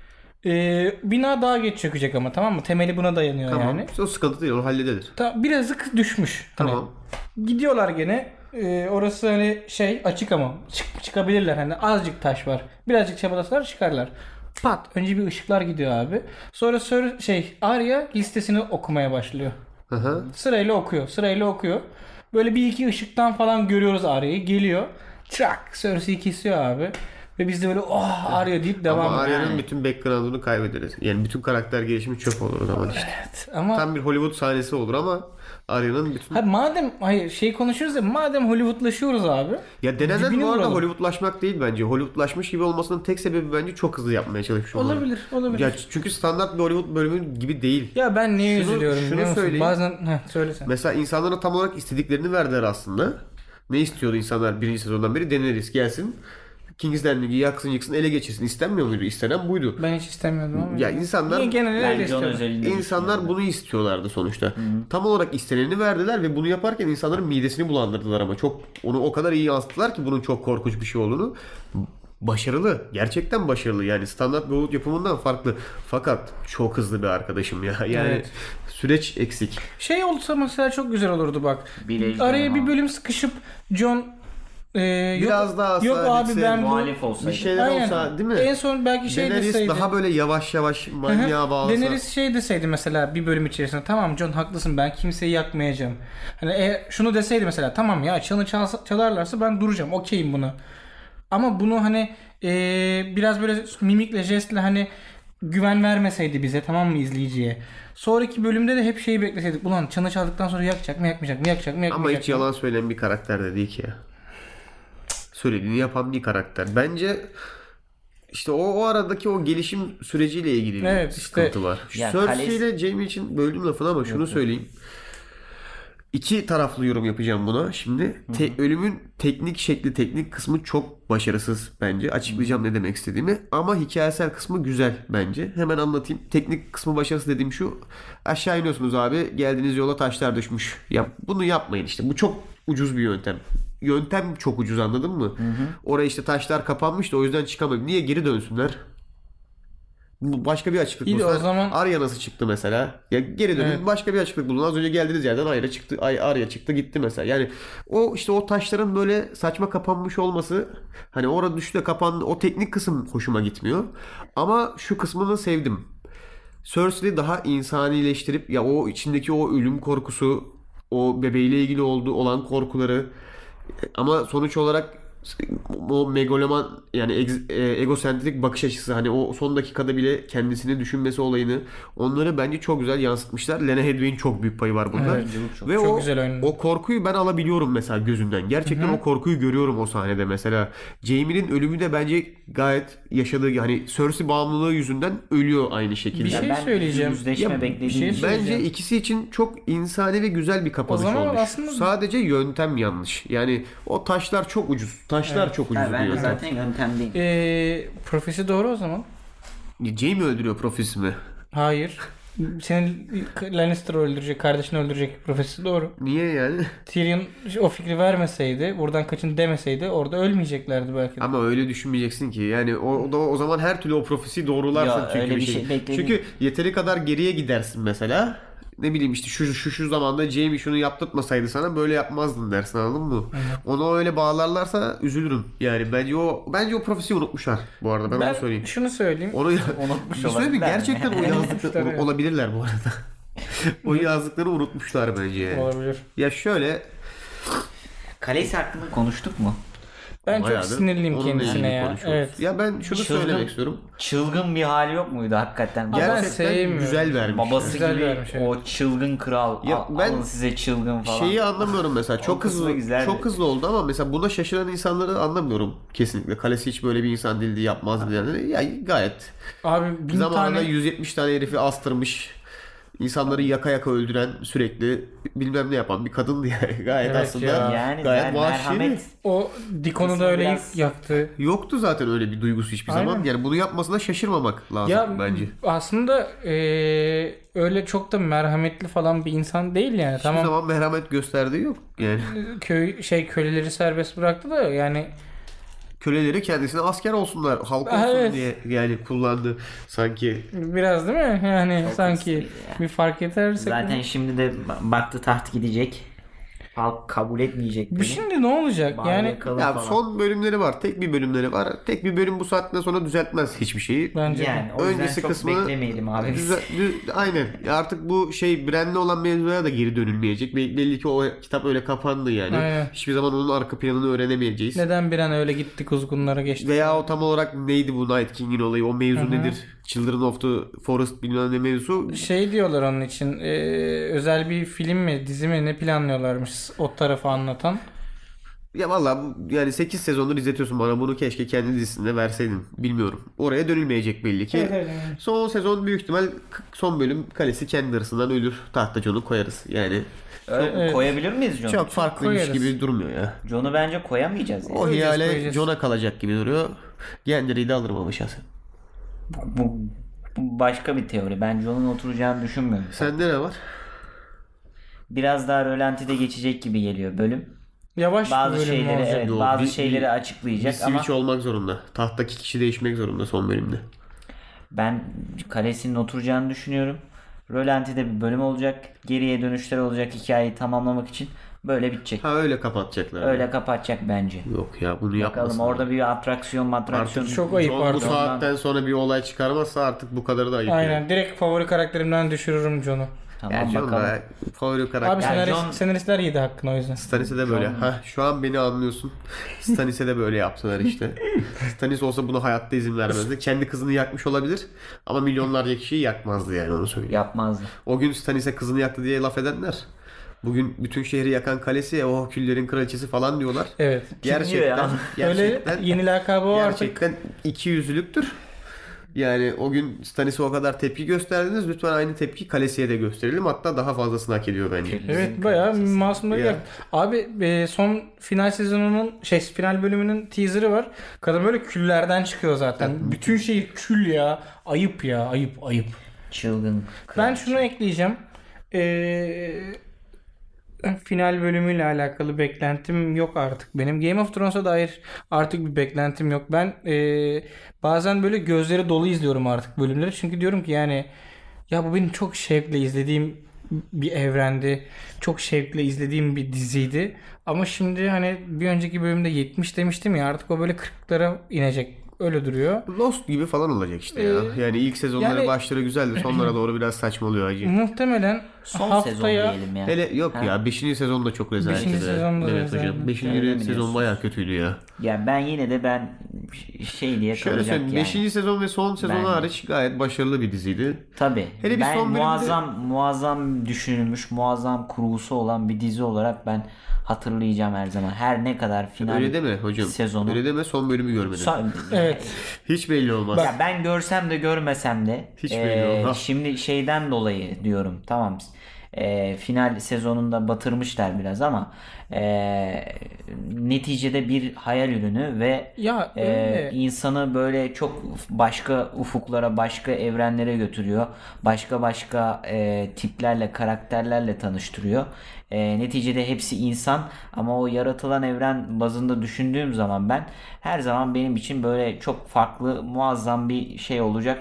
Ee, bina daha geç çökecek ama, tamam mı? Temeli buna dayanıyor Tamam. yani. O sıkıntı değil. O halledilir. Ta, birazcık düşmüş. Hani Tamam. gidiyorlar gene. Ee, orası hani şey açık ama çık, çıkabilirler. Hani azıcık taş var. Birazcık çabalasalar çıkarlar. Pat. Önce bir ışıklar gidiyor abi. Sonra Sir, şey Arya listesini okumaya başlıyor. Hı hı. Sırayla okuyor. Sırayla okuyor. Böyle bir iki ışıktan falan görüyoruz Arya'yı. Geliyor. Çak. Cersei'yi kesiyor abi. Ve biz de böyle oh Arya deyip devam Ama ediyoruz. Arya'nın bütün background'unu kaybederiz. Yani bütün karakter gelişimi çöp olur o zaman işte. Evet, ama Tam bir Hollywood sahnesi olur ama Arya'nın bütün... ha, madem hayır şey konuşuyoruz ya, madem Hollywoodlaşıyoruz abi. Ya denenen dibini bu arada vuralım. Hollywoodlaşmak değil bence. Hollywoodlaşmış gibi olmasının tek sebebi bence çok hızlı yapmaya çalışmış olmaları. Olabilir, olabilir. Ya Ya, çünkü standart bir Hollywood bölümü gibi değil. ben neye Şunu- üzülüyorum şunu biliyor musun? söyleyeyim. Bazen heh, söylesen. Mesela insanlara tam olarak istediklerini verdiler aslında. Ne istiyordu insanlar birinci sezondan beri? Daenerys gelsin. King's Landing'i yaksın yıksın ele geçirsin. İstenmiyor muydu? İstenen buydu. Ben hiç istemiyordum ama. Ya insanlar Niye genel öyle Bence onun istiyorum. özelinde İnsanlar bunu istiyorlardı sonuçta. Tam olarak isteneni verdiler ve bunu yaparken insanların midesini bulandırdılar ama çok onu o kadar iyi yansıttılar ki bunun çok korkunç bir şey olduğunu. Başarılı. Gerçekten başarılı. Yani standart Hollywood yapımından farklı. Fakat çok hızlı bir arkadaşım ya. Yani Evet. süreç eksik. Şey olsa mesela çok güzel olurdu bak. Bir ejderha. Araya bir bölüm sıkışıp John e, Biraz yok, daha yok abi sabitse, ben bu Muhalif olsaydı. Bir şeyler Aynen. olsa değil mi? En son belki şey Daenerys deseydi. daha böyle yavaş yavaş manyağa bağlasa. Daenerys şey deseydi mesela bir bölüm içerisinde, tamam John haklısın ben kimseyi yakmayacağım. Hani e, şunu deseydi mesela, tamam ya çanı çalsa, çalarlarsa ben duracağım, okeyim buna. Ama bunu hani e, biraz böyle mimikle jestle hani güven vermeseydi bize, tamam mı, izleyiciye. Sonraki bölümde de hep şeyi bekleseydik. Ulan çanı çaldıktan sonra yakacak mı yakmayacak mı yakacak mı yakmayacak Ama mı? hiç yalan söyleyen bir karakter de değil ki ya. Söylediğini yapan bir karakter. Bence işte o, o aradaki o gelişim süreciyle ilgili bir Evet, sıkıntı işte- var. Ya Cersei Khalees- ile Jaime için böldüm lafını ama şunu söyleyeyim. İki taraflı yorum yapacağım buna. Şimdi te- ölümün teknik şekli, teknik kısmı çok başarısız bence. Açıklayacağım ne demek istediğimi. Ama hikayesel kısmı güzel bence. Hemen anlatayım. Teknik kısmı başarısız dediğim şu. Aşağı iniyorsunuz abi. Geldiğiniz yola taşlar düşmüş. Ya bunu yapmayın işte. Bu çok ucuz bir yöntem. Yöntem çok ucuz, anladın mı? Oraya işte taşlar kapanmış da o yüzden çıkamıyor. Niye geri dönsünler? Bu başka bir açıklık İyi de bulsunlar. o zaman- Arya nasıl çıktı mesela? Ya geri dönün, Evet. başka bir açıklık bulun. Az önce geldiğiniz yerden Arya çıktı. Ay Arya çıktı gitti mesela. Yani o işte o taşların böyle saçma kapanmış olması, hani orada düştü de kapandı, o teknik kısım hoşuma gitmiyor. Ama şu kısmını sevdim. Cersei'yi daha insanileştirip ya o içindeki o ölüm korkusu, o bebeğiyle ilgili olduğu olan korkuları ama sonuç olarak o megaloman yani egz- e, egosentrik bakış açısı, hani o son dakikada bile kendisini düşünmesi olayını, onları bence çok güzel yansıtmışlar. Lena Headey'in çok büyük payı var burada. Evet, çok- Ve çok o güzel oynadı. o korkuyu ben alabiliyorum mesela gözünden. Gerçekten o korkuyu görüyorum o sahnede mesela. Jaime'nin ölümü de bence gayet yaşadığı, hani Cersei bağımlılığı yüzünden ölüyor aynı şekilde. Bir şey ben söyleyeceğim. yüzleşme Ya, beklediğim bir şey için- söyleyeceğim. Bence ikisi için çok insani ve güzel bir kapanış O zaman olmuş. aslında- Sadece yöntem yanlış. Yani o taşlar çok ucuz. Taşlar çok ucuz Ha, bir bence yöntem. zaten yöntem değil. Ee, profesi doğru o zaman. Jaime öldürüyor profesi mi? Hayır. Senin Lannister öldürecek, kardeşini öldürecek profesi doğru. Niye yani? Tyrion o fikri vermeseydi, buradan kaçın demeseydi orada ölmeyeceklerdi belki de. Ama öyle düşünmeyeceksin ki. Yani o, o, da, o zaman her türlü o profesi doğrularsın Ya, çünkü öyle bir bir şey. şey bekledim. Çünkü yeteri kadar geriye gidersin mesela. ne bileyim işte şu şu şu zamanda Jamie şunu yaptırtmasaydı sana böyle yapmazdın dersin, anladın mı? Onu öyle bağlarlarsa üzülürüm. Yani bence o bence o profesiyi unutmuşlar bu arada, ben, Ben onu söyleyeyim. şunu söyleyeyim. Onu Unutmuş bir söyleyeyim mi? olabilirler mi? Gerçekten o yazdıkları Evet. olabilirler bu arada. O yazdıkları unutmuşlar bence yani. Olabilir. Ya şöyle, Kalesi hakkında konuştuk mu? Ben çok bayağıdır sinirliyim onunla kendisine ilgili ya. konuşuyoruz. Evet. Ya ben şunu Çılgın. söylemek istiyorum. Çılgın bir hali yok muydu hakikaten? ben Gerçekten sevmiyorum. güzel vermiş. Babası Güzel gibi vermiş, evet. o çılgın kral. Ya Al- ben alın size çılgın falan. Şeyi anlamıyorum mesela. Çok kısmı hızlı güzeldi. çok hızlı oldu ama mesela buna şaşıran insanları anlamıyorum kesinlikle. Kalesi hiç böyle bir insan değildi, yapmazdı yani. Ya gayet. Abi bin Zamanında tane yüz yetmiş tane herifi astırmış. İnsanları yaka yaka öldüren, sürekli bilmem ne yapan bir kadındı yani. Gayet Evet aslında ya. yani gayet mer- vahşi. merhamet. o Dikon'u Kısmı da öyle biraz- yaktı. Yoktu zaten öyle bir duygusu hiçbir Aynen. zaman. Yani bunu yapmasına şaşırmamak lazım Ya bence. aslında eee, öyle çok da merhametli falan bir insan değil yani. Hiçbir Tamam, zaman merhamet gösterdiği yok. Yani köy şey köleleri serbest bıraktı da yani köleleri kendisine asker olsunlar, halk Ah, olsun evet. diye yani kullandı sanki. biraz değil mi? Yani sanki kısmı ya. bir fark edersek. Zaten şimdi de ba- baktı taht gidecek. Halk kabul etmeyecek. bu dedi. şimdi ne olacak? Bari Yani yakalım Ya falan. son bölümleri var. Tek bir bölümleri var. Tek bir bölüm bu saatten sonra düzeltmez hiçbir şeyi. bence Yani o yüzden Öncesi çok kısmı beklemeyelim abi. Düze- dü- aynen. Ya artık bu şey Brand'le olan mevzuya da geri dönülmeyecek. Be- Belli ki o kitap öyle kapandı yani. Aynen. Hiçbir zaman onun arka planını öğrenemeyeceğiz. neden bir an öyle gitti kuzgunlara geçti? Veya o tam olarak neydi bu Night King'in olayı? O mevzu nedir? Children of the Forest bilmem ne mevzu. Şey diyorlar onun için eee, özel bir film mi dizi mi ne planlıyorlarmış o tarafı anlatan. Ya valla bu- yani sekiz sezondur izletiyorsun bana, bunu keşke kendi dizisinde verseydin. Bilmiyorum. Oraya dönülmeyecek belli ki. Evet, evet, evet. Son sezon büyük ihtimal k- son bölüm kalesi kendi arasından ölür. Tahta Jon'u koyarız. Yani Öyle Evet. koyabilir miyiz John'u? çok farklıymış koyarız. gibi durmuyor ya. John'u bence koyamayacağız. Yani. O Koyacağız, ihale koyacağız. Jon'a kalacak gibi duruyor. Gendry'i de alırım ama şahsen. Bu, bu başka bir teori. Ben John'un oturacağını düşünmüyorum. Sende ne var? Biraz daha rölantide geçecek gibi geliyor bölüm. Yavaş bir Bazı bölüm şeyleri olacak. evet, Yo, bazı bir- şeyleri bir- Bir açıklayacak ama switch olmak zorunda. Tahttaki kişi değişmek zorunda son bölümde. ben kalesinin oturacağını düşünüyorum. Rölantide bir bölüm olacak. Geriye dönüşler olacak hikayeyi tamamlamak için. Böyle bitecek. Ha öyle kapatacaklar. Öyle kapatacak bence. Yok ya bunu Bakalım yapmasın. orada bir atraksiyon matraksiyon. Artık Çok ayıp Jon bu artık. saatten sonra bir olay çıkarmazsa artık bu kadarı da ayıp. Aynen. yani. Direkt favori karakterimden düşürürüm John'u. Tamam Yani Jon bakalım. da favori karakter. Abi Yani senarist, Jon- senaristler yedi hakkını o yüzden. Stannis'e de böyle. Ha şu an beni anlıyorsun. Stannis'e de böyle yaptılar işte. Stannis olsa buna hayatta izin vermezdi. Kendi kızını yakmış olabilir ama milyonlarca kişiyi yakmazdı yani, onu söyleyeyim. Yapmazdı. O gün Stannis'e kızını yaktı diye laf edenler, bugün bütün şehri yakan kalesi, o küllerin kraliçesi falan diyorlar. Evet. diyor Gerçekten, ya? gerçekten, Öyle yeni lakabı o artık. gerçekten iki yüzlülüktür. Yani o gün Stannis'e o kadar tepki gösterdiniz. Lütfen aynı tepki kalesiye de gösterelim. Hatta daha fazlasını hak ediyor bence. Evet bayağı masumları Ya. yak. Abi e, son final sezonunun şey final bölümünün teaserı var. Kadın böyle küllerden çıkıyor zaten. Bütün şey kül ya. Ayıp ya. Ayıp ayıp. Çılgın. Ben şunu ekleyeceğim. Ee, final bölümüyle alakalı beklentim yok artık benim. Game of Thrones'a dair artık bir beklentim yok. Ben ee, bazen böyle gözleri dolu izliyorum artık bölümleri. Çünkü diyorum ki yani ya bu benim çok şevkle izlediğim bir evrendi. Çok şevkle izlediğim bir diziydi. Ama şimdi hani bir önceki bölümde yetmiş demiştim ya, artık o böyle kırklara inecek. Öyle duruyor. Lost gibi falan olacak işte ya. Ee, Yani ilk sezonları yani- başları güzeldi. Sonlara doğru biraz saçmalıyor acı. Muhtemelen Son haftaya sezon diyelim ya. Hele yok Ha? ya beşinci sezon da çok rezalet. Beşinci sezon da Evet rezalet. hocam. beşinci Öyle mi sezon diyorsun? bayağı kötüydü ya. Ya ben yine de ben şey diye Şöyle kalacak söyleyeyim. yani. beşinci sezon ve son sezon Ben de. hariç gayet başarılı bir diziydi. Tabii. Hele bir ben son bölümde- muazzam muazzam düşünülmüş, muazzam kurgusu olan bir dizi olarak ben hatırlayacağım her zaman. Her ne kadar final Öyle deme hocam. sezonu. Öyle deme, son bölümü görmedim. Sa- evet. Hiç belli olmaz. Ya ben görsem de görmesem de Hiç eee, belli olmaz. şimdi şeyden dolayı diyorum, tamam, eee, final sezonunda batırmışlar biraz ama eee, neticede bir hayal ürünü ve Ya eee, öyle. insanı böyle çok başka ufuklara, başka evrenlere götürüyor. Başka başka eee, tiplerle, karakterlerle tanıştırıyor. Eee, neticede hepsi insan ama o yaratılan evren bazında düşündüğüm zaman ben her zaman benim için böyle çok farklı, muazzam bir şey olacak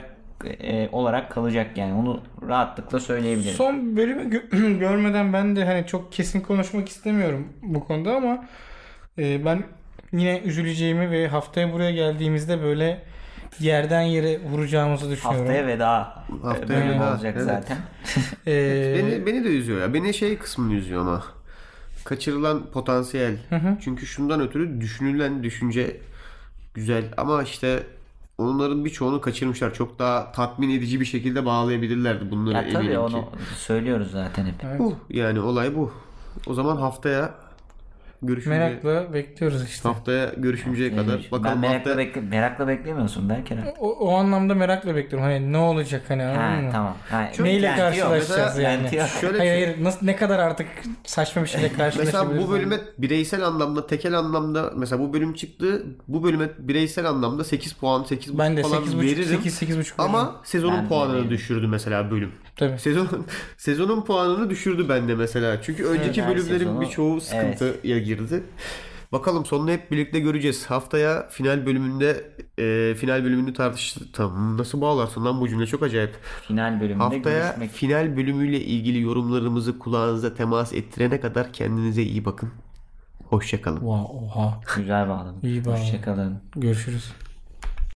e, olarak kalacak yani. Onu rahatlıkla söyleyebilirim. Son bölümü gö- görmeden ben de hani çok kesin konuşmak istemiyorum bu konuda ama e, ben yine üzüleceğimi ve haftaya buraya geldiğimizde böyle yerden yere vuracağımızı düşünüyorum. Haftaya veda. Haftaya bölüm veda, olacak evet. zaten. Ee, Beni beni de üzüyor ya. Beni şey kısmını üzüyor ama. Kaçırılan potansiyel. Çünkü şundan ötürü düşünülen düşünce güzel ama işte onların birçoğunu kaçırmışlar. Çok daha tatmin edici bir şekilde bağlayabilirlerdi bunları, Ya eminim tabii ki. onu söylüyoruz zaten hep. Bu yani olay bu. O zaman haftaya görüşünce merakla bekliyoruz işte. haftaya görüşünceye kadar ben bakalım merakla, haftaya bekle, merakla beklemiyorsun belki. O, o anlamda merakla bekliyorum. Hani ne olacak hani anladın Ha mı? tamam. Ha, Neyle beklenti yok. karşılaşacağız Mesela yani? beklenti yok. şöyle hayır bir- hayır nasıl, ne kadar artık saçma bir şeyle karşılaşabiliriz. mesela bu bölüme bireysel anlamda, tekel anlamda mesela bu bölüm çıktı. Bu bölüme bireysel anlamda sekiz puan, sekiz buçuk ben de falan sekiz buçuk veririm. sekiz sekiz buçuk Ama sezonun Ben de puanını veririm. düşürdü mesela bölüm. tabii. Sezon sezonun puanını düşürdü bende mesela. Çünkü önceki her bölümlerin sezonu- birçoğu sıkıntıya girdi. Bakalım sonunu hep birlikte göreceğiz. Haftaya final bölümünde e, final bölümünü tartıştık. Tamam, nasıl bağlarsın lan bu cümle çok acayip. Final bölümünde Haftaya görüşmek. final bölümüyle ilgili yorumlarımızı kulağınıza temas ettirene kadar kendinize iyi bakın. Hoşça kalın. Wow, oha. Güzel bağladım. İyi bağladın. Hoşçakalın. Görüşürüz.